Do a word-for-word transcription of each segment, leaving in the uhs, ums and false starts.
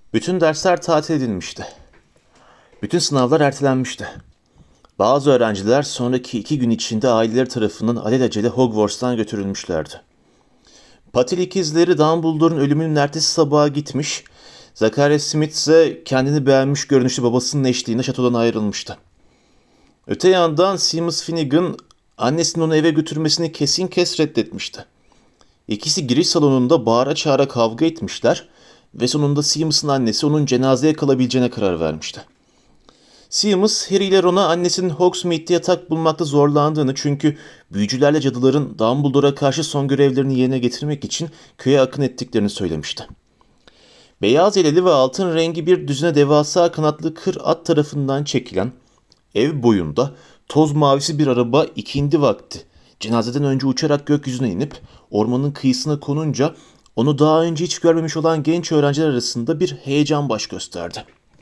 Bütün dersler tatil edilmişti. Bütün sınavlar ertelenmişti. Bazı öğrenciler sonraki iki gün içinde aileleri tarafından alelacele Hogwarts'tan götürülmüşlerdi. Patil ikizleri Dumbledore'un ölümünün ertesi sabaha gitmiş, Zacharias Smith ise kendini beğenmiş görünüşlü babasının eşliğinde şatodan ayrılmıştı. Öte yandan Seamus Finnegan annesinin onu eve götürmesini kesin kes reddetmişti. İkisi giriş salonunda bağıra çağıra kavga etmişler ve sonunda Seamus'un annesi onun cenazeye kalabileceğine karar vermişti. Seamus, Harry ile Ron'a annesinin Hogsmeade'de yatak bulmakta zorlandığını çünkü büyücülerle cadıların Dumbledore'a karşı son görevlerini yerine getirmek için köye akın ettiklerini söylemişti. Beyaz yeleli ve altın rengi bir düzine devasa kanatlı kır at tarafından çekilen, ev boyunda toz mavisi bir araba ikindi vakti cenazeden önce uçarak gökyüzüne inip ormanın kıyısına konunca onu daha önce hiç görmemiş olan genç öğrenciler arasında bir heyecan baş gösterdi.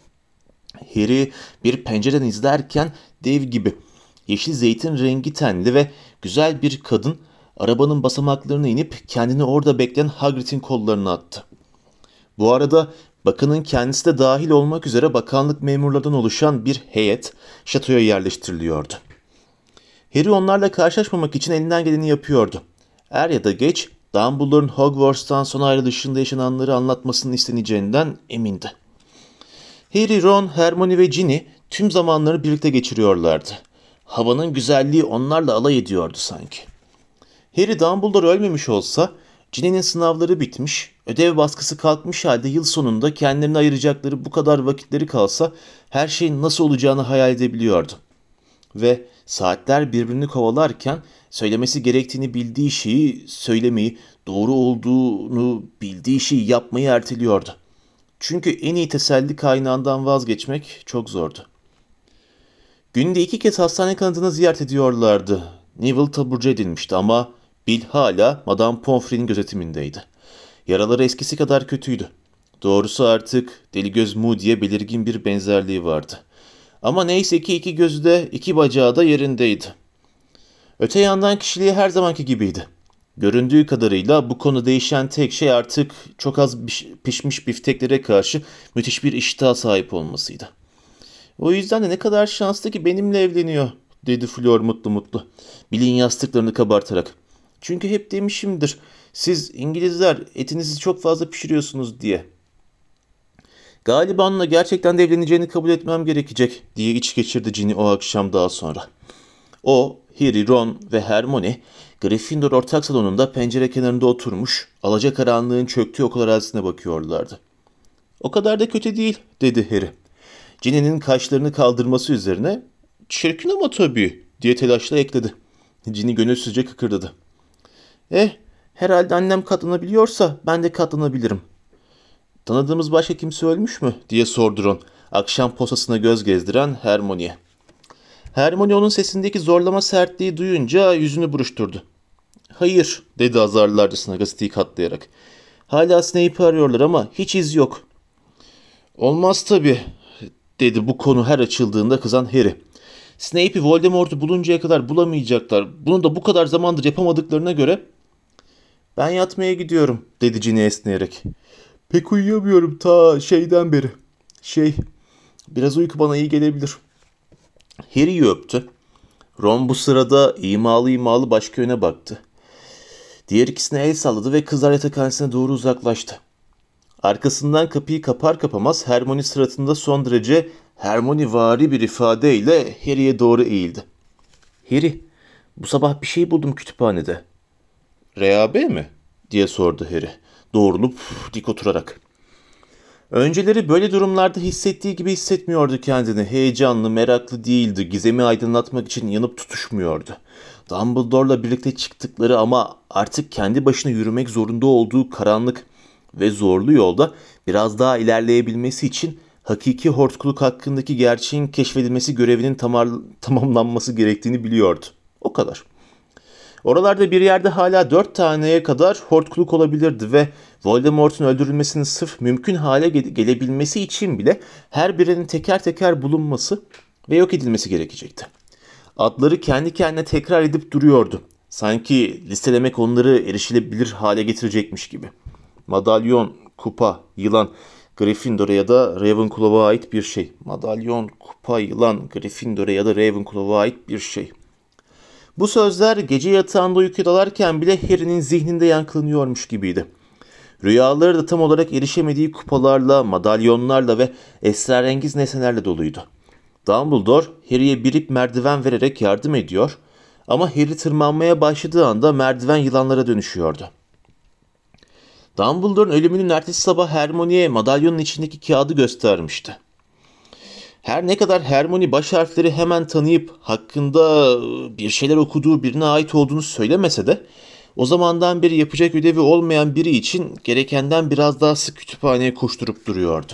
Harry bir pencereden izlerken dev gibi yeşil zeytin rengi tenli ve güzel bir kadın arabanın basamaklarına inip kendini orada bekleyen Hagrid'in kollarına attı. Bu arada bakanın kendisi de dahil olmak üzere bakanlık memurlarından oluşan bir heyet şatoya yerleştiriliyordu. Harry onlarla karşılaşmamak için elinden geleni yapıyordu. Er ya da geç Dumbledore'un Hogwarts'tan son ayrılışında yaşananları anlatmasının isteneceğinden emindi. Harry, Ron, Hermione ve Ginny tüm zamanları birlikte geçiriyorlardı. Havanın güzelliği onlarla alay ediyordu sanki. Harry Dumbledore ölmemiş olsa, Ginny'nin sınavları bitmiş, ödev baskısı kalkmış halde yıl sonunda kendilerine ayıracakları bu kadar vakitleri kalsa her şeyin nasıl olacağını hayal edebiliyordu. Ve saatler birbirini kovalarken söylemesi gerektiğini bildiği şeyi söylemeyi, doğru olduğunu bildiği şeyi yapmayı erteliyordu. Çünkü en iyi teselli kaynağından vazgeçmek çok zordu. Günde iki kez hastane kanadını ziyaret ediyorlardı. Neville taburcu edilmişti ama Bill hala Madame Pomfrey'nin gözetimindeydi. Yaraları eskisi kadar kötüydü. Doğrusu artık deli göz Moody'ye belirgin bir benzerliği vardı. Ama neyse ki iki gözü de iki bacağı da yerindeydi. Öte yandan kişiliği her zamanki gibiydi. Göründüğü kadarıyla bu konu değişen tek şey artık çok az pişmiş bifteklere karşı müthiş bir iştaha sahip olmasıydı. O yüzden de ne kadar şanslı ki benimle evleniyor, dedi Fleur mutlu mutlu, Bill'in yastıklarını kabartarak. Çünkü hep demişimdir, siz İngilizler etinizi çok fazla pişiriyorsunuz diye. Galiba onunla gerçekten de evleneceğini kabul etmem gerekecek, diye iç geçirdi Ginny o akşam daha sonra. O, Harry, Ron ve Hermione, Gryffindor ortak salonunda pencere kenarında oturmuş, alacakaranlığın çöktüğü okul arazisine bakıyorlardı. O kadar da kötü değil, dedi Harry. Ginny'nin kaşlarını kaldırması üzerine, çirkin ama tabii, diye telaşla ekledi. Ginny gönülsüzce kıkırdadı. Eh, herhalde annem katlanabiliyorsa ben de katlanabilirim. Tanıdığımız başka kimse ölmüş mü, diye sordu Ron, akşam posasına göz gezdiren Hermione'ye. Hermione onun sesindeki zorlama sertliği duyunca yüzünü buruşturdu. Hayır, dedi azarlılarcasına gazeteyi katlayarak. Hala Snape'i arıyorlar ama hiç iz yok. Olmaz tabii, dedi bu konu her açıldığında kızan Harry. Snape'i Voldemort'u buluncaya kadar bulamayacaklar. Bunu da bu kadar zamandır yapamadıklarına göre... Ben yatmaya gidiyorum, dedi Ginny esneyerek. Pek uyuyamıyorum ta şeyden beri. Şey, biraz uyku bana iyi gelebilir. Harry'i öptü. Ron bu sırada imalı imalı başka yöne baktı. Diğer ikisine el salladı ve kızlar yatakhanesine doğru uzaklaştı. Arkasından kapıyı kapar kapamaz Hermione suratında son derece Hermione-vari bir ifadeyle Harry'e doğru eğildi. Harry, bu sabah bir şey buldum kütüphanede. R A B mi? Diye sordu Harry, doğrulup dik oturarak. Önceleri böyle durumlarda hissettiği gibi hissetmiyordu kendini. Heyecanlı, meraklı değildi. Gizemi aydınlatmak için yanıp tutuşmuyordu. Dumbledore'la birlikte çıktıkları ama artık kendi başına yürümek zorunda olduğu karanlık ve zorlu yolda biraz daha ilerleyebilmesi için hakiki hortkuluk hakkındaki gerçeğin keşfedilmesi görevinin tamar- tamamlanması gerektiğini biliyordu. O kadar. Oralarda bir yerde hala dört taneye kadar hortkuluk olabilirdi ve Voldemort'un öldürülmesinin sırf mümkün hale ge- gelebilmesi için bile her birinin teker teker bulunması ve yok edilmesi gerekecekti. Adları kendi kendine tekrar edip duruyordu. Sanki listelemek onları erişilebilir hale getirecekmiş gibi. Madalyon, kupa, yılan, Gryffindor'a ya da Ravenclaw'a ait bir şey. Madalyon, kupa, yılan, Gryffindor'a ya da Ravenclaw'a ait bir şey. Bu sözler gece yatağında uykuya dalarken bile Harry'nin zihninde yankılanıyormuş gibiydi. Rüyaları da tam olarak erişemediği kupalarla, madalyonlarla ve esrarengiz nesnelerle doluydu. Dumbledore, Harry'e bir ip merdiven vererek yardım ediyor ama Harry tırmanmaya başladığı anda merdiven yılanlara dönüşüyordu. Dumbledore'un ölümünün ertesi sabah Hermione'ye madalyonun içindeki kağıdı göstermişti. Her ne kadar Hermione baş harfleri hemen tanıyıp hakkında bir şeyler okuduğu birine ait olduğunu söylemese de o zamandan beri yapacak ödevi olmayan biri için gerekenden biraz daha sık kütüphaneye koşturup duruyordu.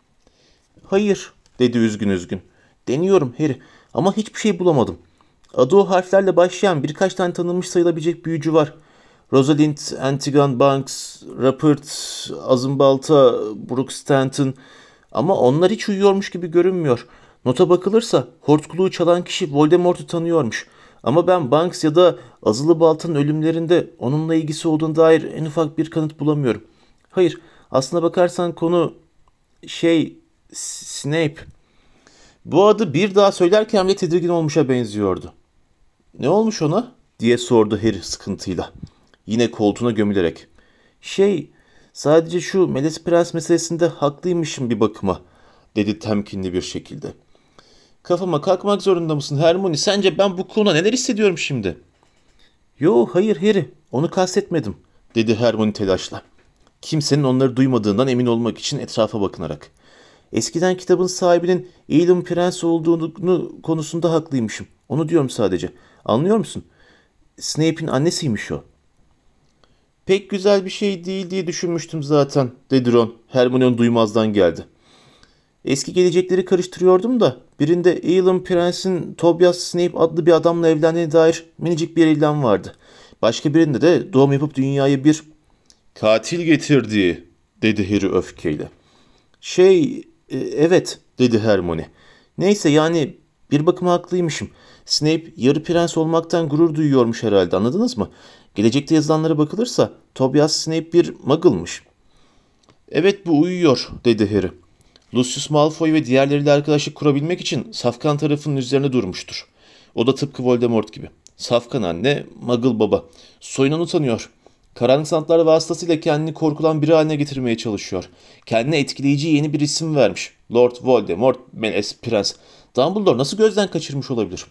"Hayır," dedi üzgün üzgün. "Deniyorum Harry ama hiçbir şey bulamadım. Adı o harflerle başlayan birkaç tane tanınmış sayılabilecek büyücü var. Rosalind, Antigon Banks, Rupert, Azımbalta, Brooke Stanton ama onlar hiç uyuyormuş gibi görünmüyor. Nota bakılırsa hortkuluğu çalan kişi Voldemort'u tanıyormuş. Ama ben Banks ya da Azılıbalta'nın ölümlerinde onunla ilgisi olduğuna dair en ufak bir kanıt bulamıyorum. Hayır, aslına bakarsan konu şey Snape. Bu adı bir daha söylerken bile tedirgin olmuşa benziyordu. "Ne olmuş ona?" diye sordu Harry sıkıntıyla. Yine koltuğuna gömülerek. "Şey, sadece şu Melez Prens meselesinde haklıymışım bir bakıma," dedi temkinli bir şekilde. "Kafama kalkmak zorunda mısın Hermione? Sence ben bu konuda neler hissediyorum şimdi?" "Yo, hayır Harry, onu kastetmedim," dedi Hermione telaşla. Kimsenin onları duymadığından emin olmak için etrafa bakınarak. "Eskiden kitabın sahibinin Ealon Prens olduğunu konusunda haklıymışım. Onu diyorum sadece. Anlıyor musun? Snape'in annesiymiş o." "Pek güzel bir şey değil diye düşünmüştüm zaten," dedi Ron. Hermione duymazdan geldi. "Eski gelecekleri karıştırıyordum da birinde Ealon Prens'in Tobias Snape adlı bir adamla evlendiğine dair minicik bir ilan vardı. Başka birinde de doğum yapıp dünyaya bir katil getirdiği," dedi Harry öfkeyle. "Şey, e, evet," dedi Hermione. "Neyse yani bir bakıma haklıymışım. Snape yarı prens olmaktan gurur duyuyormuş herhalde, anladınız mı? Gelecekte yazılanlara bakılırsa Tobias Snape bir muggle'mış." "Evet, bu uyuyor," dedi Harry. "Lucius Malfoy ve diğerleriyle arkadaşlık kurabilmek için safkan tarafının üzerine durmuştur. O da tıpkı Voldemort gibi. Safkan anne, Muggle baba. Soyundan utanıyor. Karanlık sanatlar vasıtasıyla kendini korkulan biri haline getirmeye çalışıyor. Kendine etkileyici yeni bir isim vermiş. Lord Voldemort, Melez Prens. Dumbledore nasıl gözden kaçırmış olabilir?"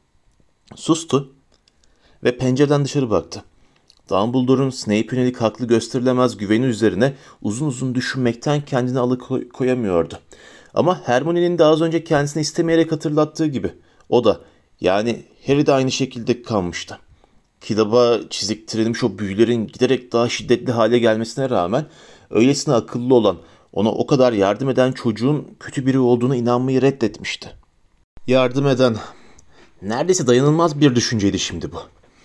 Sustu ve pencereden dışarı baktı. Dumbledore'un Snape'e yönelik haklı gösterilemez güveni üzerine uzun uzun düşünmekten kendini alıkoyamıyordu. Ama Hermione'nin de az önce kendisini istemeyerek hatırlattığı gibi o da, yani Harry de aynı şekilde kalmıştı. Kitaba çiziktirilmiş o büyülerin giderek daha şiddetli hale gelmesine rağmen öylesine akıllı olan, ona o kadar yardım eden çocuğun kötü biri olduğuna inanmayı reddetmişti. Yardım eden, neredeyse dayanılmaz bir düşünceydi şimdi bu.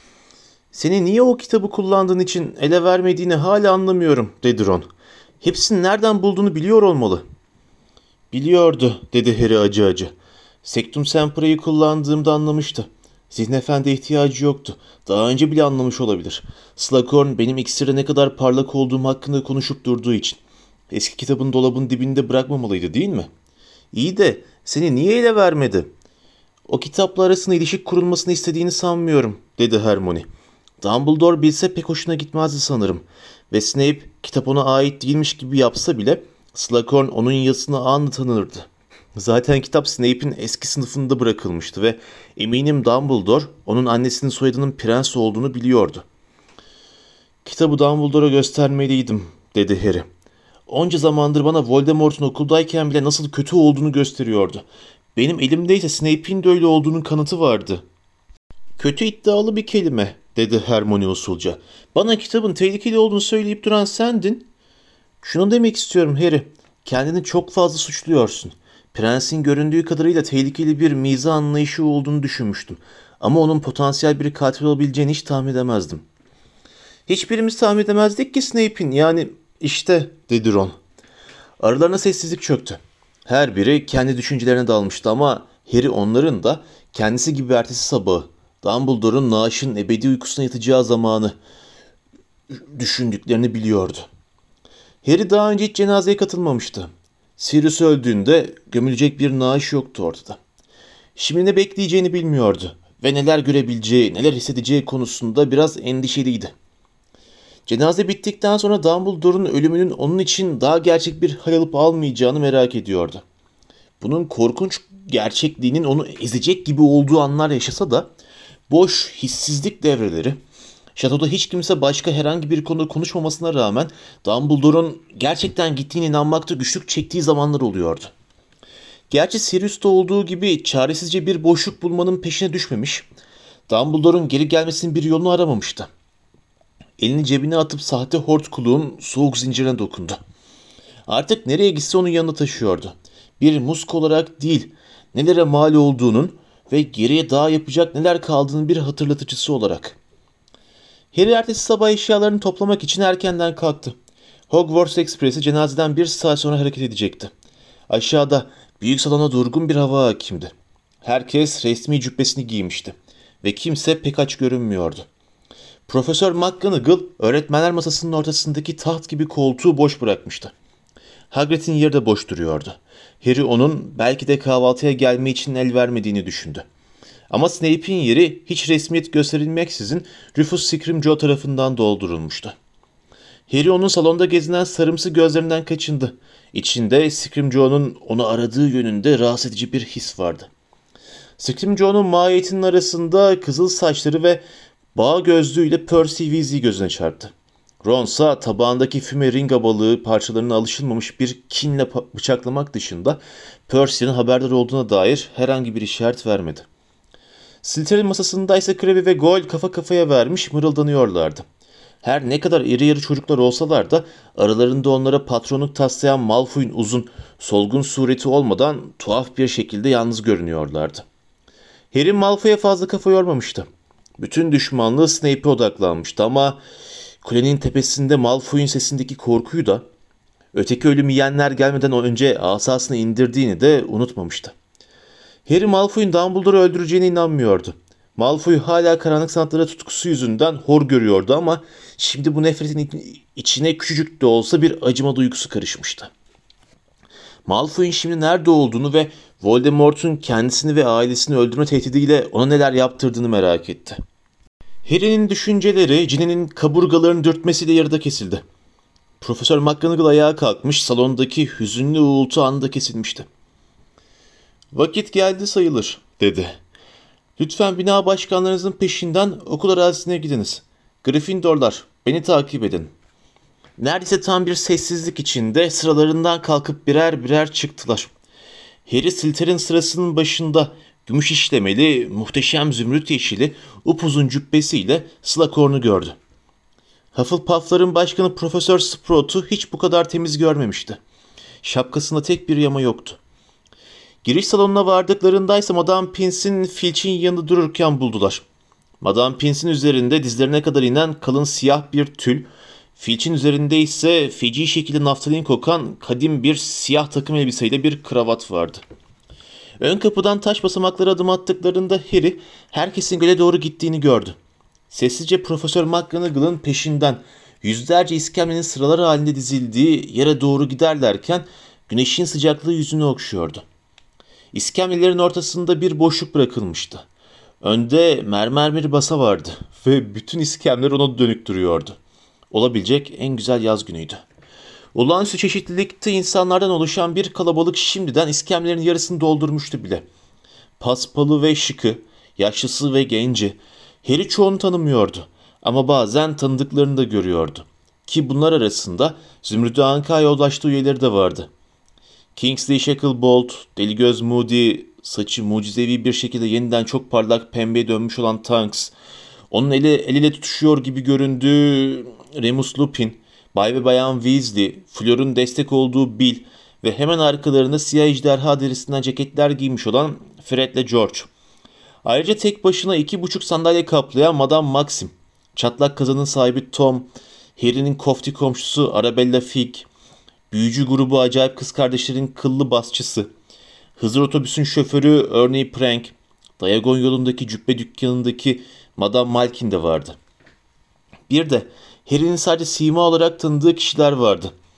"Seni niye o kitabı kullandığın için ele vermediğini hala anlamıyorum," dedi Ron. "Hepsini nereden bulduğunu biliyor olmalı." "Biliyordu," dedi Harry acı acı. "Sectum Sempera'yı kullandığımda anlamıştı. Zihnefendi ihtiyacı yoktu. Daha önce bile anlamış olabilir. Slughorn benim iksirde ne kadar parlak olduğum hakkında konuşup durduğu için. Eski kitabın dolabın dibinde bırakmamalıydı, değil mi? İyi de seni niye ele vermedi?" "O kitapla arasında ilişki kurulmasını istediğini sanmıyorum," dedi Hermione. "Dumbledore bilse pek hoşuna gitmezdi sanırım. Ve Snape kitap ona ait değilmiş gibi yapsa bile Slughorn onun yazısını anında tanırdı. Zaten kitap Snape'in eski sınıfında bırakılmıştı ve eminim Dumbledore onun annesinin soyadının Prens olduğunu biliyordu." "Kitabı Dumbledore'a göstermeliydim," dedi Harry. "Onca zamandır bana Voldemort'un okuldayken bile nasıl kötü olduğunu gösteriyordu. Benim elimdeyse Snape'in de öyle olduğunun kanıtı vardı." "Kötü iddialı bir kelime," dedi Hermione usulca. "Bana kitabın tehlikeli olduğunu söyleyip duran sendin." "Şunu demek istiyorum Harry, kendini çok fazla suçluyorsun. Prensin göründüğü kadarıyla tehlikeli bir mizah anlayışı olduğunu düşünmüştüm. Ama onun potansiyel bir katil olabileceğini hiç tahmin edemezdim." "Hiçbirimiz tahmin edemezdik ki Snape'in, yani işte," dedi Ron. Aralarına sessizlik çöktü. Her biri kendi düşüncelerine dalmıştı ama Harry onların da kendisi gibi ertesi sabahı, Dumbledore'un naaşın ebedi uykusuna yatacağı zamanı düşündüklerini biliyordu. Harry daha önce hiç cenazeye katılmamıştı. Sirius öldüğünde gömülecek bir naaş yoktu ortada. Şimdi ne bekleyeceğini bilmiyordu ve neler görebileceği, neler hissedeceği konusunda biraz endişeliydi. Cenaze bittikten sonra Dumbledore'un ölümünün onun için daha gerçek bir hal alıp almayacağını merak ediyordu. Bunun korkunç gerçekliğinin onu ezecek gibi olduğu anlar yaşasa da boş, hissizlik devreleri, şatoda hiç kimse başka herhangi bir konuda konuşmamasına rağmen Dumbledore'un gerçekten gittiğine inanmakta güçlük çektiği zamanlar oluyordu. Gerçi Sirius'ta olduğu gibi çaresizce bir boşluk bulmanın peşine düşmemiş, Dumbledore'un geri gelmesinin bir yolunu aramamıştı. Elini cebine atıp sahte hortkuluğun soğuk zincirine dokundu. Artık nereye gitse onun yanında taşıyordu. Bir musk olarak değil, nelere mal olduğunun ve geriye daha yapacak neler kaldığının bir hatırlatıcısı olarak. Harry ertesi sabah eşyalarını toplamak için erkenden kalktı. Hogwarts Express'i cenazeden bir saat sonra hareket edecekti. Aşağıda büyük salona durgun bir hava hakimdi. Herkes resmi cübbesini giymişti ve kimse pek aç görünmüyordu. Profesör McGonagall öğretmenler masasının ortasındaki taht gibi koltuğu boş bırakmıştı. Hagrid'in yeri de boş duruyordu. Harry onun belki de kahvaltıya gelme için el vermediğini düşündü. Ama Snape'in yeri hiç resmiyet gösterilmeksizin Rufus Scrimgeour tarafından doldurulmuştu. Harry onun salonda gezinen sarımsı gözlerinden kaçındı. İçinde Scrimgeour'un onu aradığı yönünde rahatsız edici bir his vardı. Scrimgeour'un mahiyetinin arasında kızıl saçları ve bağ gözlüğüyle Percy Weasley gözüne çarptı. Ronsa tabağındaki füme ringa balığı parçalarına alışılmamış bir kinle bıçaklamak dışında Percy'nin haberdar olduğuna dair herhangi bir işaret vermedi. Slytherin masasında ise Crabbe ve Goyle kafa kafaya vermiş mırıldanıyorlardı. Her ne kadar iri yarı çocuklar olsalar da aralarında onlara patronluk taslayan Malfoy'un uzun, solgun sureti olmadan tuhaf bir şekilde yalnız görünüyorlardı. Harry Malfoy'a fazla kafa yormamıştı. Bütün düşmanlığı Snape'e odaklanmıştı ama kulenin tepesinde Malfoy'un sesindeki korkuyu da öteki ölümü yiyenler gelmeden önce asasını indirdiğini de unutmamıştı. Harry Malfoy'un Dumbledore'u öldüreceğine inanmıyordu. Malfoy hala karanlık sanatlara tutkusu yüzünden hor görüyordu ama şimdi bu nefretin içine küçücük de olsa bir acıma duygusu karışmıştı. Malfoy'un şimdi nerede olduğunu ve Voldemort'un kendisini ve ailesini öldürme tehdidiyle ona neler yaptırdığını merak etti. Harry'nin düşünceleri Ginny'nin kaburgalarını dürtmesiyle yarıda kesildi. Profesör McGonagall ayağa kalkmış, salondaki hüzünlü uğultu anında kesilmişti. "Vakit geldi sayılır," dedi. "Lütfen bina başkanlarınızın peşinden okul arazisine gidiniz. Gryffindorlar, beni takip edin." Neredeyse tam bir sessizlik içinde sıralarından kalkıp birer birer çıktılar. Harry Slytherin sırasının başında gümüş işlemeli, muhteşem zümrüt yeşili, upuzun cübbesiyle Slughorn'u gördü. Hufflepuff'ların başkanı Profesör Sprout'u hiç bu kadar temiz görmemişti. Şapkasında tek bir yama yoktu. Giriş salonuna vardıklarındaysa Madame Pince'in Filch'in yanında dururken buldular. Madame Pince'in üzerinde dizlerine kadar inen kalın siyah bir tül, Filch'in üzerinde ise feci şekilde naftalin kokan kadim bir siyah takım elbiseyle bir kravat vardı. Ön kapıdan taş basamaklara adım attıklarında Harry herkesin göle doğru gittiğini gördü. Sessizce Profesör McGonagall'ın peşinden yüzlerce iskemlenin sıralar halinde dizildiği yere doğru giderlerken güneşin sıcaklığı yüzünü okşuyordu. İskemlelerin ortasında bir boşluk bırakılmıştı. Önde mermer bir basa vardı ve bütün iskemler ona dönük duruyordu. Olabilecek en güzel yaz günüydü. Olağanüstü çeşitlilikte insanlardan oluşan bir kalabalık şimdiden iskemlerin yarısını doldurmuştu bile. Paspalı ve şıkı, yaşlısı ve genci, Harry çoğunu tanımıyordu ama bazen tanıdıklarını da görüyordu. Ki bunlar arasında Zümrüt Anka yoldaşlığı üyeleri de vardı. Kingsley Shacklebolt, Deligöz Moody, saçı mucizevi bir şekilde yeniden çok parlak pembeye dönmüş olan Tonks, onun eli el ile tutuşuyor gibi göründüğü Remus Lupin, Bay ve Bayan Weasley, Fleur'un destek olduğu Bill ve hemen arkalarında siyah ejderha derisinden ceketler giymiş olan Fred ile George. Ayrıca tek başına iki buçuk sandalye kaplayan Madame Maxim, çatlak kazanın sahibi Tom, Harry'nin kofti komşusu Arabella Fig, büyücü grubu acayip kız kardeşlerin kıllı basçısı, Hızır otobüsün şoförü Ernie Prank, Diagon yolundaki cübbe dükkanındaki Madame Malkin de vardı. Bir de Harry'nin sadece sima olarak tanıdığı kişiler vardı.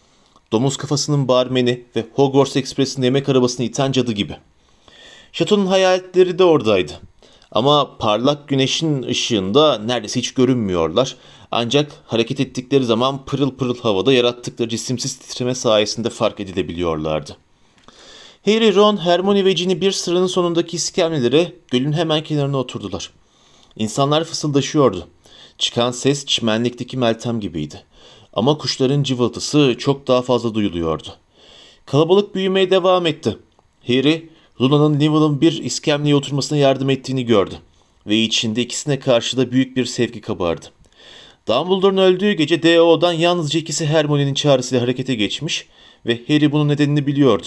domuz kafasının barmeni ve Hogwarts Express'in yemek arabasını iten cadı gibi. Şatonun hayaletleri de oradaydı. Ama parlak güneşin ışığında neredeyse hiç görünmüyorlar. Ancak hareket ettikleri zaman pırıl pırıl havada yarattıkları cisimsiz titreme sayesinde fark edilebiliyorlardı. Harry, Ron, Hermione ve Ginny bir sıranın sonundaki iskemlelere gölün hemen kenarına oturdular. İnsanlar fısıldaşıyordu. Çıkan ses çimenlikteki Meltem gibiydi. Ama kuşların cıvıltısı çok daha fazla duyuluyordu. Kalabalık büyümeye devam etti. Harry, Luna'nın Neville'ın bir iskemleye oturmasına yardım ettiğini gördü. Ve içinde ikisine karşı da büyük bir sevgi kabardı. Dumbledore'un öldüğü gece D O'dan yalnızca ikisi Hermione'nin çağrısıyla harekete geçmiş ve Harry bunun nedenini biliyordu.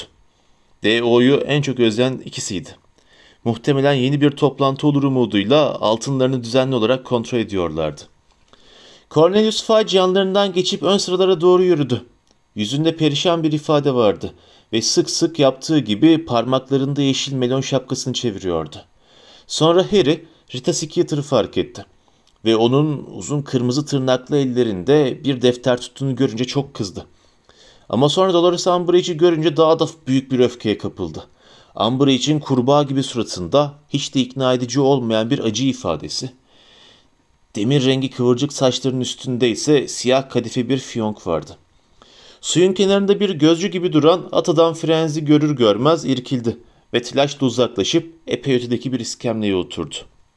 D O'yu en çok özleyen ikisiydi. Muhtemelen yeni bir toplantı olur umuduyla altınlarını düzenli olarak kontrol ediyorlardı. Cornelius Fudge yanlarından geçip ön sıralara doğru yürüdü. Yüzünde perişan bir ifade vardı ve sık sık yaptığı gibi parmaklarında yeşil melon şapkasını çeviriyordu. Sonra Harry, Rita Skeeter'ı fark etti ve onun uzun kırmızı tırnaklı ellerinde bir defter tuttuğunu görünce çok kızdı. Ama sonra Dolores Umbridge'i görünce daha da büyük bir öfkeye kapıldı. Umbridge'in kurbağa gibi suratında hiç de ikna edici olmayan bir acı ifadesi. Demir rengi kıvırcık saçlarının üstünde ise siyah kadife bir fiyonk vardı. Suyun kenarında bir gözcü gibi duran at adam Frenzi görür görmez irkildi ve telaşla uzaklaşıp epey ötedeki bir iskemleye oturdu.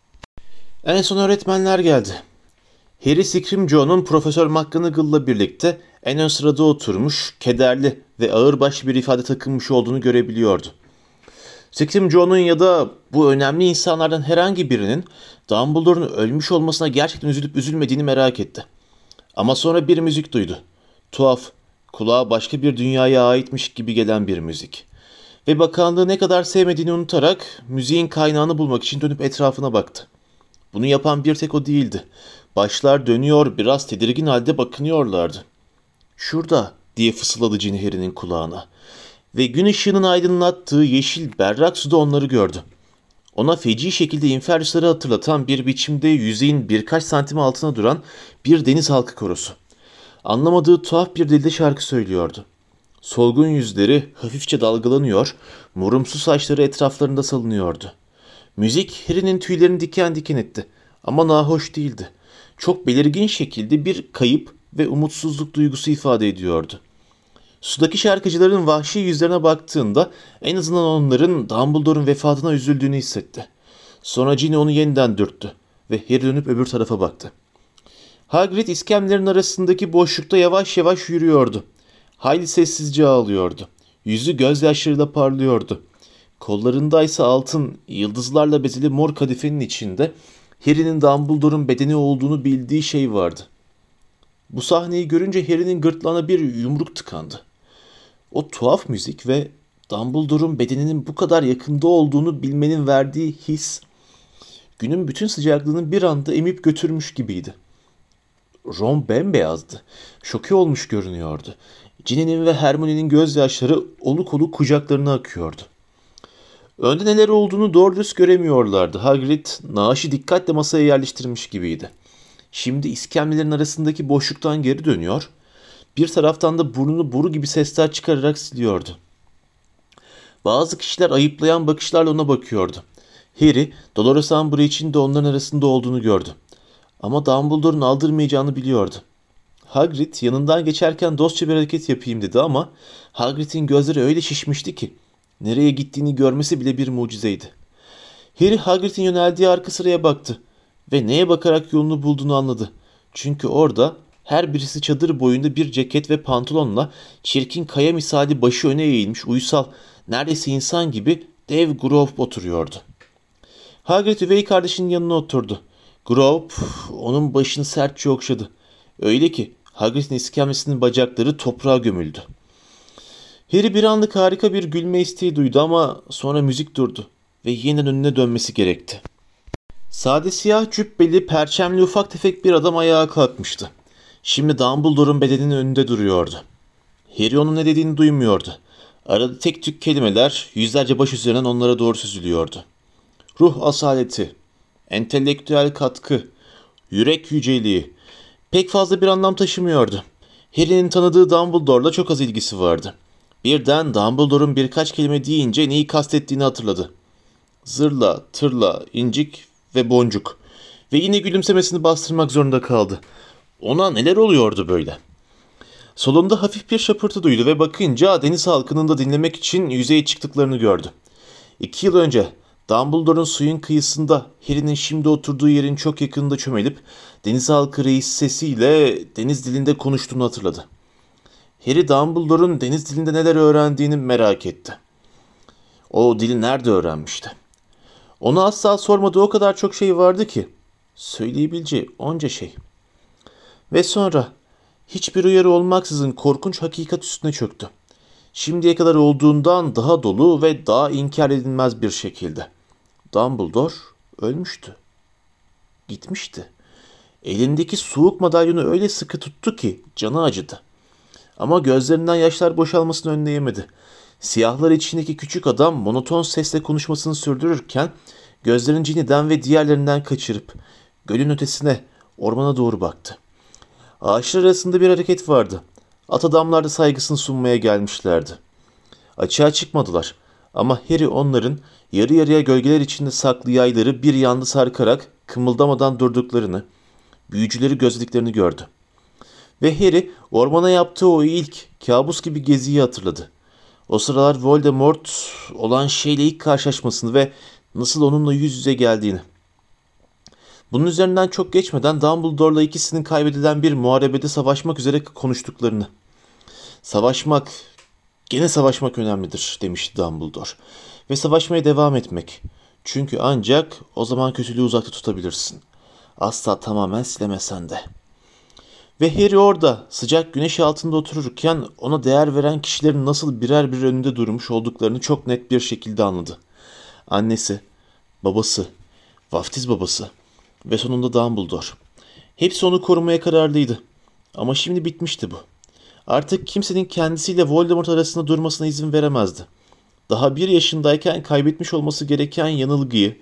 En son öğretmenler geldi. Harry Scrimgeour'un Profesör McGonagall'la birlikte en ön sırada oturmuş, kederli ve ağırbaşlı bir ifade takınmış olduğunu görebiliyordu. Scrimgeour'un ya da bu önemli insanlardan herhangi birinin Dumbledore'un ölmüş olmasına gerçekten üzülüp üzülmediğini merak etti. Ama sonra bir müzik duydu. Tuhaf, kulağa başka bir dünyaya aitmiş gibi gelen bir müzik. Ve bakanlığı ne kadar sevmediğini unutarak müziğin kaynağını bulmak için dönüp etrafına baktı. Bunu yapan bir tek o değildi. Başlar dönüyor, biraz tedirgin halde bakınıyorlardı. "Şurada," diye fısıldadı Ginny Harry'nin kulağına. Ve gün ışığının aydınlattığı yeşil berrak suda onları gördü. Ona feci şekilde Infernus'ları hatırlatan bir biçimde yüzeyin birkaç santim altına duran bir deniz halkı korosu. Anlamadığı tuhaf bir dilde şarkı söylüyordu. Solgun yüzleri hafifçe dalgalanıyor, morumsu saçları etraflarında salınıyordu. Müzik Harry'nin tüylerini diken diken etti ama nahoş değildi. Çok belirgin şekilde bir kayıp ve umutsuzluk duygusu ifade ediyordu. Sudaki şarkıcıların vahşi yüzlerine baktığında en azından onların Dumbledore'un vefatına üzüldüğünü hissetti. Sonra Ginny onu yeniden dürttü ve Harry dönüp öbür tarafa baktı. Hagrid iskemlerin arasındaki boşlukta yavaş yavaş yürüyordu. Hayli sessizce ağlıyordu. Yüzü gözyaşlarıyla parlıyordu. Kollarındaysa altın, yıldızlarla bezeli mor kadifenin içinde Harry'nin Dumbledore'un bedeni olduğunu bildiği şey vardı. Bu sahneyi görünce Harry'nin gırtlağına bir yumruk tıkandı. O tuhaf müzik ve Dumbledore'un bedeninin bu kadar yakında olduğunu bilmenin verdiği his, günün bütün sıcaklığını bir anda emip götürmüş gibiydi. Ron bembeyazdı. Şoke olmuş görünüyordu. Ginny'nin ve Hermione'nin gözyaşları oluk oluk kucaklarına akıyordu. Önde neler olduğunu doğru düz göremiyorlardı. Hagrid naaşı dikkatle masaya yerleştirmiş gibiydi. Şimdi iskemlelerin arasındaki boşluktan geri dönüyor, bir taraftan da burnunu boru gibi sesler çıkararak siliyordu. Bazı kişiler ayıplayan bakışlarla ona bakıyordu. Harry, Dolores Umbridge'in de onların arasında olduğunu gördü. Ama Dumbledore'un aldırmayacağını biliyordu. Hagrid yanından geçerken dostça bir hareket yapayım dedi ama Hagrid'in gözleri öyle şişmişti ki nereye gittiğini görmesi bile bir mucizeydi. Harry Hagrid'in yöneldiği arka sıraya baktı ve neye bakarak yolunu bulduğunu anladı. Çünkü orada her birisi çadır boyunda bir ceket ve pantolonla çirkin kaya misali başı öne eğilmiş uysal, neredeyse insan gibi dev Group oturuyordu. Hagrid üvey kardeşinin yanına oturdu. Group onun başını sertçe okşadı. Öyle ki Hagrid'in iskemlesinin bacakları toprağa gömüldü. Harry bir anlık harika bir gülme isteği duydu ama sonra müzik durdu ve yeniden önüne dönmesi gerekti. Sade siyah cübbeli, perçemli ufak tefek bir adam ayağa kalkmıştı. Şimdi Dumbledore'un bedeninin önünde duruyordu. Harry onun ne dediğini duymuyordu. Arada tek tük kelimeler yüzlerce baş üzerinden onlara doğru süzülüyordu. Ruh asaleti, entelektüel katkı, yürek yüceliği pek fazla bir anlam taşımıyordu. Harry'nin tanıdığı Dumbledore'la çok az ilgisi vardı. Birden Dumbledore'un birkaç kelime deyince neyi kastettiğini hatırladı. Zırla, tırla, incik ve boncuk. Ve yine gülümsemesini bastırmak zorunda kaldı. Ona neler oluyordu böyle? Solunda hafif bir şapırtı duydu ve bakınca deniz halkının da dinlemek için yüzeye çıktıklarını gördü. İki yıl önce Dumbledore'un suyun kıyısında Harry'nin şimdi oturduğu yerin çok yakınında çömelip deniz halkı reis sesiyle deniz dilinde konuştuğunu hatırladı. Harry Dumbledore'un deniz dilinde neler öğrendiğini merak etti. O dili nerede öğrenmişti? Ona asla sormadığı o kadar çok şey vardı ki. Söyleyebileceği onca şey. Ve sonra hiçbir uyarı olmaksızın korkunç hakikat üstüne çöktü. Şimdiye kadar olduğundan daha dolu ve daha inkar edilmez bir şekilde. Dumbledore ölmüştü. Gitmişti. Elindeki soğuk madalyonu öyle sıkı tuttu ki canı acıdı. Ama gözlerinden yaşlar boşalmasını önleyemedi. Siyahlar içindeki küçük adam monoton sesle konuşmasını sürdürürken gözlerini Ginny'den ve diğerlerinden kaçırıp gölün ötesine, ormana doğru baktı. Ağaçlar arasında bir hareket vardı. At adamlar da saygısını sunmaya gelmişlerdi. Açığa çıkmadılar ama Harry onların yarı yarıya gölgeler içinde saklı yayları bir yanda sarkarak kımıldamadan durduklarını, büyücüleri gözlediklerini gördü. Ve Harry ormana yaptığı o ilk kabus gibi geziyi hatırladı. O sıralar Voldemort olan şeyle ilk karşılaşmasını ve nasıl onunla yüz yüze geldiğini. Bunun üzerinden çok geçmeden Dumbledore'la ikisinin kaybedilen bir muharebede savaşmak üzere konuştuklarını. Savaşmak, gene savaşmak önemlidir demişti Dumbledore. Ve savaşmaya devam etmek. Çünkü ancak o zaman kötülüğü uzakta tutabilirsin. Asla tamamen silemesen de. Ve Harry orada sıcak güneş altında otururken ona değer veren kişilerin nasıl birer bir önünde durmuş olduklarını çok net bir şekilde anladı. Annesi, babası, vaftiz babası ve sonunda Dumbledore. Hepsi onu korumaya kararlıydı. Ama şimdi bitmişti bu. Artık kimsenin kendisiyle Voldemort arasında durmasına izin veremezdi. Daha bir yaşındayken kaybetmiş olması gereken yanılgıyı,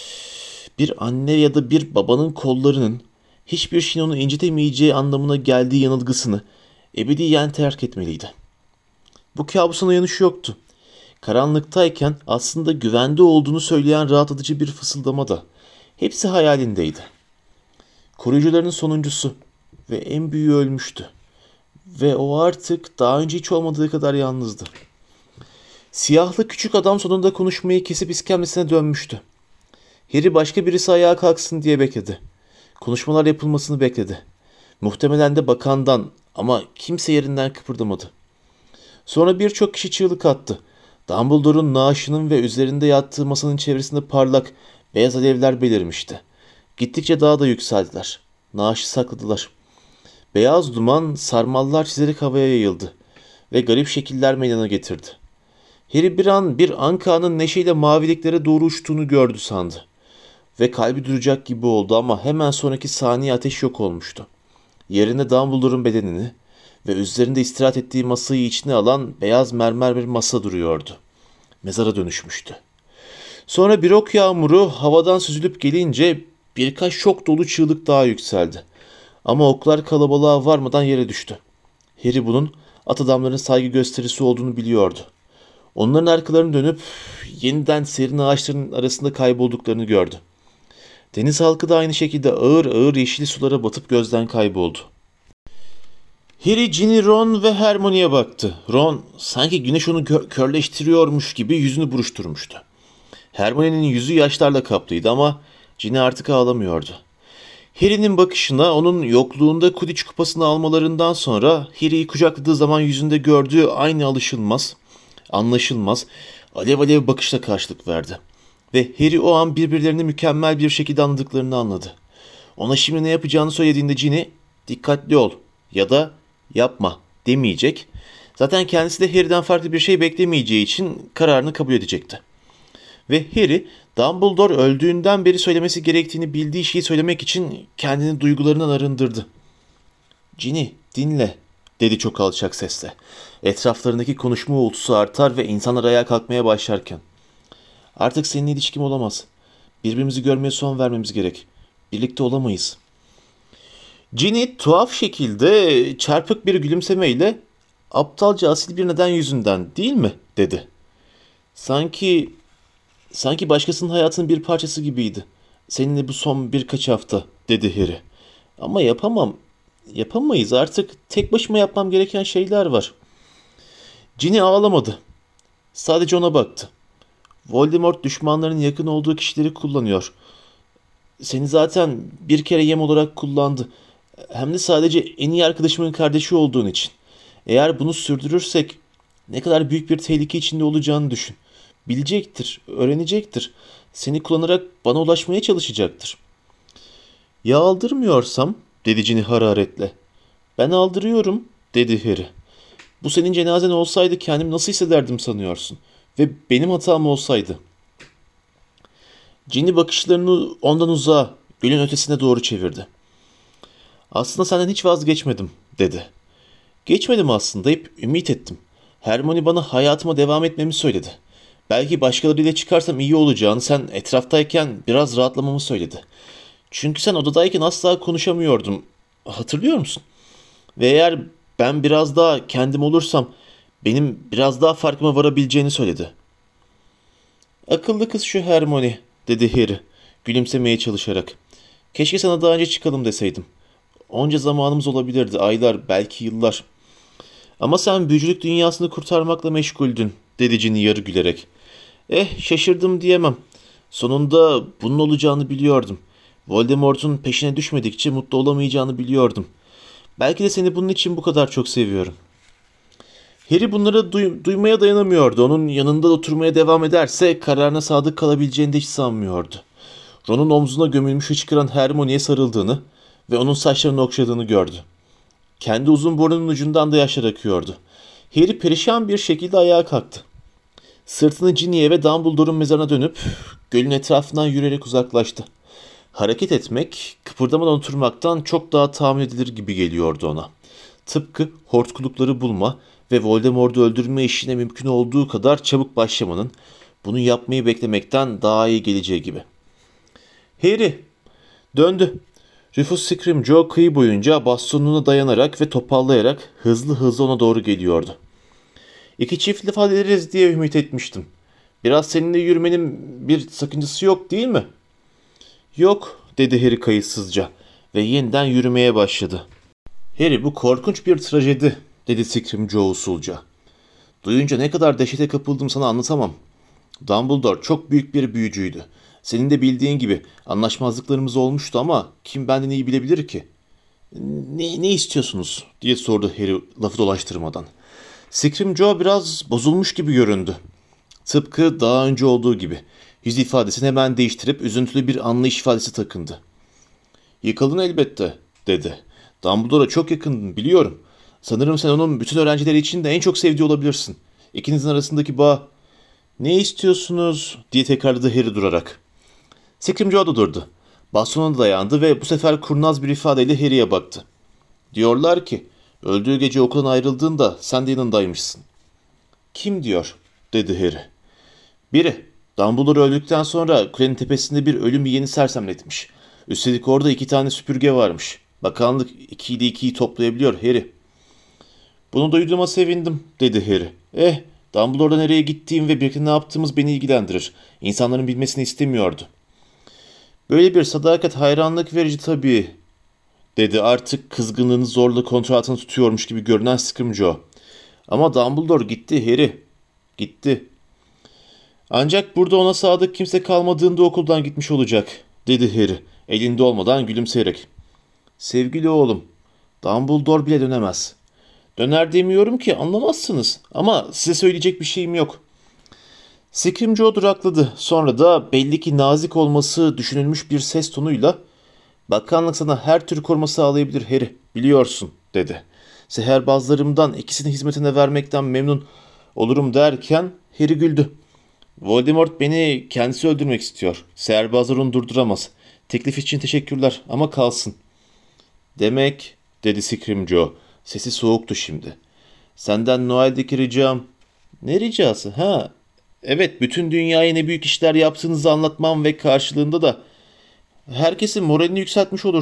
bir anne ya da bir babanın kollarının hiçbir şeyin onu incitemeyeceği anlamına geldiği yanılgısını ebediyen terk etmeliydi. Bu kabusun uyanışı yoktu. Karanlıktayken aslında güvende olduğunu söyleyen rahatlatıcı bir fısıldama da hepsi hayalindeydi. Koruyucuların sonuncusu ve en büyüğü ölmüştü. Ve o artık daha önce hiç olmadığı kadar yalnızdı. Siyahlı küçük adam sonunda konuşmayı kesip iskemlesine dönmüştü. Harry başka birisi ayağa kalksın diye bekledi. Konuşmalar yapılmasını bekledi. Muhtemelen de bakandan ama kimse yerinden kıpırdamadı. Sonra birçok kişi çığlık attı. Dumbledore'un naaşının ve üzerinde yattığı masanın çevresinde parlak, beyaz alevler belirmişti. Gittikçe daha da yükseldiler. Naaşı sakladılar. Beyaz duman sarmallar çizerek havaya yayıldı ve garip şekiller meydana getirdi. Harry bir an bir ankanın neşeyle maviliklere doğru uçtuğunu gördü sandı. Ve kalbi duracak gibi oldu ama hemen sonraki saniye ateş yok olmuştu. Yerine Dumbledore'un bedenini ve üzerinde istirahat ettiği masayı içine alan beyaz mermer bir masa duruyordu. Mezara dönüşmüştü. Sonra bir ok yağmuru havadan süzülüp gelince birkaç şok dolu çığlık daha yükseldi. Ama oklar kalabalığa varmadan yere düştü. Harry bunun at adamların saygı gösterisi olduğunu biliyordu. Onların arkalarını dönüp yeniden serin ağaçların arasında kaybolduklarını gördü. Deniz halkı da aynı şekilde ağır ağır yeşil sulara batıp gözden kayboldu. Harry, Ginny, Ron ve Hermione'ye baktı. Ron sanki güneş onu kö- körleştiriyormuş gibi yüzünü buruşturmuştu. Hermione'nin yüzü yaşlarla kaplıydı ama Ginny artık ağlamıyordu. Harry'nin bakışına onun yokluğunda Quidditch kupasını almalarından sonra Harry'yi kucakladığı zaman yüzünde gördüğü aynı alışılmaz, anlaşılmaz, alev alev bakışla karşılık verdi. Ve Harry o an birbirlerini mükemmel bir şekilde anladıklarını anladı. Ona şimdi ne yapacağını söylediğinde Ginny, dikkatli ol ya da yapma demeyecek. Zaten kendisi de Harry'den farklı bir şey beklemeyeceği için kararını kabul edecekti. Ve Harry, Dumbledore öldüğünden beri söylemesi gerektiğini bildiği şeyi söylemek için kendini duygularından arındırdı. "Ginny, dinle," dedi çok alçak sesle. Etraflarındaki konuşma uğultusu artar ve insanlar ayağa kalkmaya başlarken. "Artık seninle ilişkim olamaz. Birbirimizi görmeye son vermemiz gerek. Birlikte olamayız." Ginny tuhaf şekilde çarpık bir gülümsemeyle aptalca asil bir neden yüzünden değil mi dedi. Sanki sanki başkasının hayatının bir parçası gibiydi. Seninle bu son birkaç hafta dedi Harry. Ama yapamam. Yapamayız artık tek başıma yapmam gereken şeyler var. Ginny ağlamadı. Sadece ona baktı. Voldemort düşmanların yakın olduğu kişileri kullanıyor. Seni zaten bir kere yem olarak kullandı. Hem de sadece en iyi arkadaşımın kardeşi olduğun için. Eğer bunu sürdürürsek ne kadar büyük bir tehlike içinde olacağını düşün. Bilecektir, öğrenecektir. Seni kullanarak bana ulaşmaya çalışacaktır. Ya aldırmıyorsam, dedi Ginny hararetle. Ben aldırıyorum, dedi Harry. Bu senin cenazen olsaydı kendimi nasıl hissederdim sanıyorsun? Ve benim hatam olsaydı. Ginny bakışlarını ondan uzağa, gölün ötesine doğru çevirdi. Aslında senden hiç vazgeçmedim, dedi. Geçmedim aslında, hep ümit ettim. Hermione bana hayatıma devam etmemi söyledi. Belki başkalarıyla çıkarsam iyi olacağını, sen etraftayken biraz rahatlamamı söyledi. Çünkü sen odadayken asla konuşamıyordum. Hatırlıyor musun? Ve eğer ben biraz daha kendim olursam benim biraz daha farkıma varabileceğini söyledi. Akıllı kız şu Hermione, dedi Harry, gülümsemeye çalışarak. Keşke sana daha önce çıkalım deseydim. Onca zamanımız olabilirdi, aylar, belki yıllar. Ama sen büyücülük dünyasını kurtarmakla meşguldün, dedi Ginny yarı gülerek. Eh, şaşırdım diyemem. Sonunda bunun olacağını biliyordum. Voldemort'un peşine düşmedikçe mutlu olamayacağını biliyordum. Belki de seni bunun için bu kadar çok seviyorum. Harry bunları duy- duymaya dayanamıyordu. Onun yanında oturmaya devam ederse kararına sadık kalabileceğini de hiç sanmıyordu. Ron'un omzuna gömülmüş hıçkıran Hermione'ye sarıldığını ve onun saçlarını okşadığını gördü. Kendi uzun burnunun ucundan da yaşlar akıyordu. Harry perişan bir şekilde ayağa kalktı. Sırtını Ginny'ye ve Dumbledore'un mezarına dönüp gölün etrafından yürüyerek uzaklaştı. Hareket etmek, kıpırdamadan oturmaktan çok daha tahmin edilir gibi geliyordu ona. Tıpkı hortkulukları bulma ve Voldemort'u öldürme işine mümkün olduğu kadar çabuk başlamanın, bunu yapmayı beklemekten daha iyi geleceği gibi. Harry döndü. Rufus Scrimgeour kıyı boyunca bastonuna dayanarak ve topallayarak hızlı hızlı ona doğru geliyordu. İki çift laf ederiz diye ümit etmiştim. Biraz seninle yürümenin bir sakıncası yok değil mi? Yok, dedi Harry kayıtsızca ve yeniden yürümeye başladı. Harry, bu korkunç bir trajedi, dedi Scrimgeour usulca. Duyunca ne kadar dehşete kapıldım sana anlatamam. Dumbledore çok büyük bir büyücüydü. Senin de bildiğin gibi anlaşmazlıklarımız olmuştu ama kim benden iyi bilebilir ki? Ne, ne istiyorsunuz? Diye sordu Harry lafı dolaştırmadan. Scrimgeour biraz bozulmuş gibi göründü. Tıpkı daha önce olduğu gibi. Yüz ifadesini hemen değiştirip üzüntülü bir anlayış ifadesi takındı. Yıkıldın elbette, dedi. Dumbledore'a çok yakındın, biliyorum. Sanırım sen onun bütün öğrencileri için de en çok sevdiği olabilirsin. İkinizin arasındaki bağ... Ne istiyorsunuz? Diye tekrarladı Harry durarak. Scrimgeour da durdu. Bastonuna dayandı ve bu sefer kurnaz bir ifadeyle Harry'e baktı. Diyorlar ki, öldüğü gece okuldan ayrıldığında sen de yanındaymışsın. Kim diyor? Dedi Harry. Biri. Dumbledore öldükten sonra kulenin tepesinde bir ölüm yeni sersemletmiş. Üstelik orada iki tane süpürge varmış. Bakanlık iki ile ikiyi toplayabiliyor Harry. Bunu duyduğuma sevindim, dedi Harry. Eh, Dumbledore'da nereye gittiğim ve birlikte ne yaptığımız beni ilgilendirir. İnsanların bilmesini istemiyordu. Böyle bir sadakat hayranlık verici tabii, dedi artık kızgınlığını zorla kontrol altında tutuyormuş gibi görünen Scrimgeour. Ama Dumbledore gitti Harry. Gitti. Ancak burada ona sadık kimse kalmadığında okuldan gitmiş olacak, dedi Harry, elinde olmadan gülümseyerek. Sevgili oğlum, Dumbledore bile dönemez. Döner demiyorum ki, anlamazsınız. Ama size söyleyecek bir şeyim yok. Scrimgeour durakladı. Sonra da belli ki nazik olması düşünülmüş bir ses tonuyla "Bakanlık sana her tür koruma sağlayabilir Harry, biliyorsun," dedi. "Seherbazlarımdan ikisini hizmetine vermekten memnun olurum," derken Harry güldü. "Voldemort beni kendisi öldürmek istiyor. Seherbazlar onu durduramaz. Teklif için teşekkürler ama kalsın." "Demek," dedi Scrimgeour. Sesi soğuktu şimdi. "Senden Noel'deki ricam..." "Ne ricası? Ha, evet, bütün dünyaya ne büyük işler yaptığınızı anlatmam ve karşılığında da herkesin moralini yükseltmiş olursun,"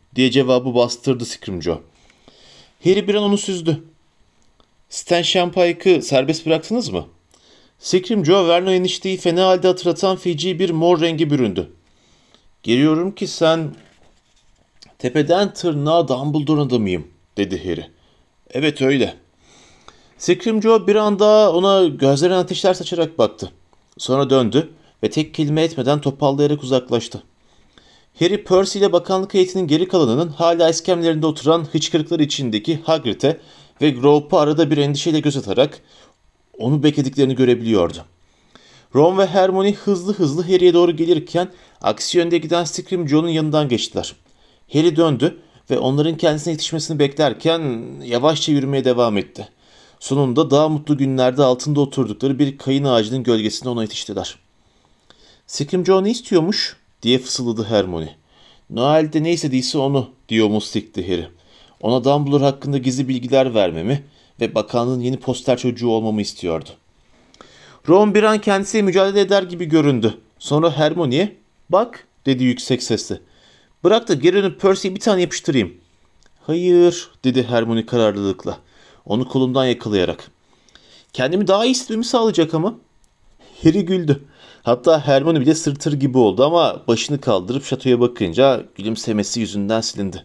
diye cevabı bastırdı Scrimgeour. Harry bir an onu süzdü. Stan Shempike'ı serbest bıraktınız mı? Scrimgeour Vernon enişteyi fena halde hatırlatan feci bir mor rengi büründü. Görüyorum ki sen tepeden tırnağa Dumbledore'un adamıyım, dedi Harry. Evet öyle. Scrimgeour bir anda ona gözlerine ateşler saçarak baktı. Sonra döndü ve tek kelime etmeden topallayarak uzaklaştı. Harry, Percy ile bakanlık heyetinin geri kalanının hala iskemlerinde oturan hıçkırıklar içindeki Hagrid'e ve Groupe'a arada bir endişeyle göz atarak onu beklediklerini görebiliyordu. Ron ve Hermione hızlı hızlı Harry'e doğru gelirken aksi yönde giden Scrimgeour'un yanından geçtiler. Harry döndü ve onların kendisine yetişmesini beklerken yavaşça yürümeye devam etti. Sonunda daha mutlu günlerde altında oturdukları bir kayın ağacının gölgesinde ona yetiştiler. Scrimgeour ne istiyormuş diye fısıldadı Hermione. Noel'de ne istediyse onu diye omuz dikti Harry. Ona Dumbledore hakkında gizli bilgiler vermemi ve bakanlığın yeni poster çocuğu olmamı istiyordu. Ron bir an kendisiyle mücadele eder gibi göründü. Sonra Hermione'ye bak dedi yüksek sesle. Bırak da geri dönüp Percy'ye bir tane yapıştırayım. Hayır dedi Hermione kararlılıkla. Onu kolundan yakalayarak. Kendimi daha iyi hissetmemi sağlayacak ama. Harry güldü. Hatta Hermione bile sırtır gibi oldu ama başını kaldırıp şatoya bakınca gülümsemesi yüzünden silindi.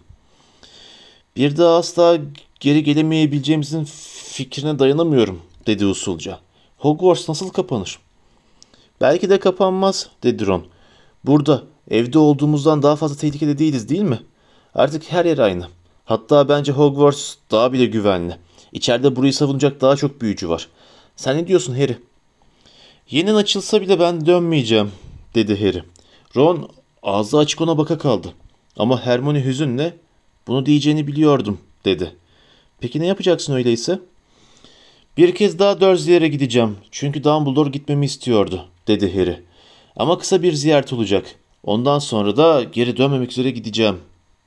Bir daha asla geri gelemeyebileceğimizin fikrine dayanamıyorum dedi usulca. Hogwarts nasıl kapanır? Belki de kapanmaz dedi Ron. Burada evde olduğumuzdan daha fazla tehlikede değiliz değil mi? Artık her yer aynı. Hatta bence Hogwarts daha bile güvenli. İçeride burayı savunacak daha çok büyücü var. Sen ne diyorsun Harry? Yeniden açılsa bile ben dönmeyeceğim dedi Harry. Ron ağzı açık ona baka kaldı. Ama Hermione hüzünle bunu diyeceğini biliyordum dedi. Peki ne yapacaksın öyleyse? Bir kez daha Dursley'lere gideceğim. Çünkü Dumbledore gitmemi istiyordu dedi Harry. Ama kısa bir ziyaret olacak. Ondan sonra da geri dönmemek üzere gideceğim.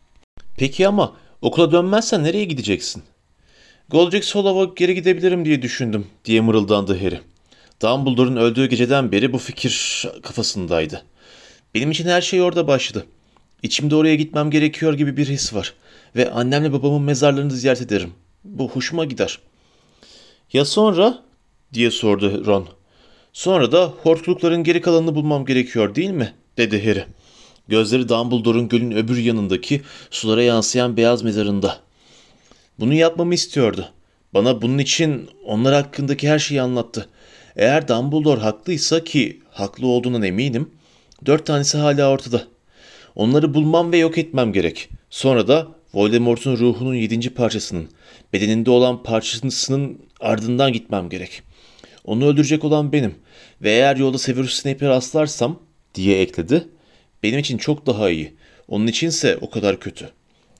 Peki ama okula dönmezsen nereye gideceksin? Godric's Hollow'a geri gidebilirim diye düşündüm diye mırıldandı Harry. Dumbledore'un öldüğü geceden beri bu fikir kafasındaydı. Benim için her şey orada başladı. İçimde oraya gitmem gerekiyor gibi bir his var. Ve annemle babamın mezarlarını ziyaret ederim. Bu hoşuma gider. Ya sonra? Diye sordu Ron. Sonra da hortkulukların geri kalanını bulmam gerekiyor değil mi? Dedi Harry. Gözleri Dumbledore'un gölün öbür yanındaki sulara yansıyan beyaz mezarında. Bunu yapmamı istiyordu. Bana bunun için onlar hakkındaki her şeyi anlattı. Eğer Dumbledore haklıysa ki haklı olduğundan eminim, dört tanesi hala ortada. Onları bulmam ve yok etmem gerek. Sonra da Voldemort'un ruhunun yedinci parçasının, bedeninde olan parçasının ardından gitmem gerek. Onu öldürecek olan benim ve eğer yolda Severus Snape'e rastlarsam diye ekledi. Benim için çok daha iyi. Onun içinse o kadar kötü.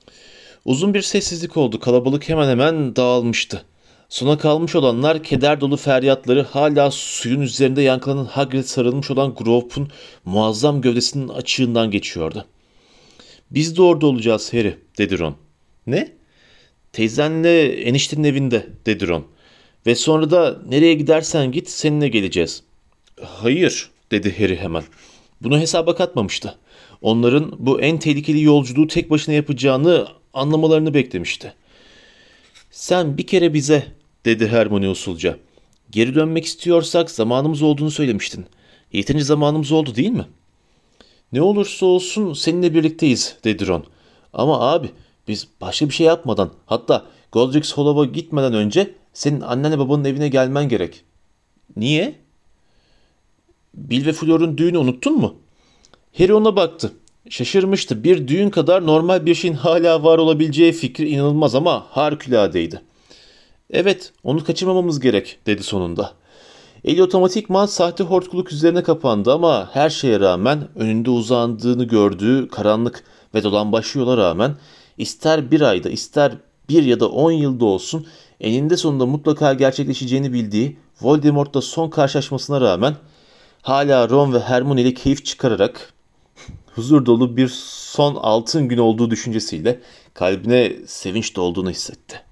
Uzun bir sessizlik oldu. Kalabalık hemen hemen dağılmıştı. Sona kalmış olanlar keder dolu feryatları hala suyun üzerinde yankılanan Hagrid sarılmış olan Groupe'un muazzam gövdesinin açığından geçiyordu. Biz de orada olacağız Harry dedi Ron. Ne? Teyzenle eniştenin evinde dedi Ron. Ve sonra da nereye gidersen git seninle geleceğiz. Hayır dedi Harry hemen. Bunu hesaba katmamıştı. Onların bu en tehlikeli yolculuğu tek başına yapacağını anlamalarını beklemişti. Sen bir kere bize dedi Hermione usulca. Geri dönmek istiyorsak zamanımız olduğunu söylemiştin. Yeterince zamanımız oldu değil mi? Ne olursa olsun seninle birlikteyiz dedi Ron. Ama abi biz başka bir şey yapmadan hatta Godric's Hollow'a gitmeden önce senin annenle babanın evine gelmen gerek. Niye? Bill ve Fleur'un düğünü unuttun mu? Harry ona baktı. Şaşırmıştı. Bir düğün kadar normal bir şeyin hala var olabileceği fikri inanılmaz ama harikuladeydi. Evet, onu kaçırmamamız gerek dedi sonunda. Eli otomatikman sahte hortkuluk üzerine kapandı ama her şeye rağmen önünde uzandığını gördüğü karanlık ve dolambaçlı yola rağmen ister bir ayda ister bir ya da on yılda olsun eninde sonunda mutlaka gerçekleşeceğini bildiği Voldemort'la son karşılaşmasına rağmen hala Ron ve Hermione ile keyif çıkararak huzur dolu bir son altın gün olduğu düşüncesiyle kalbine sevinç dolduğunu hissetti.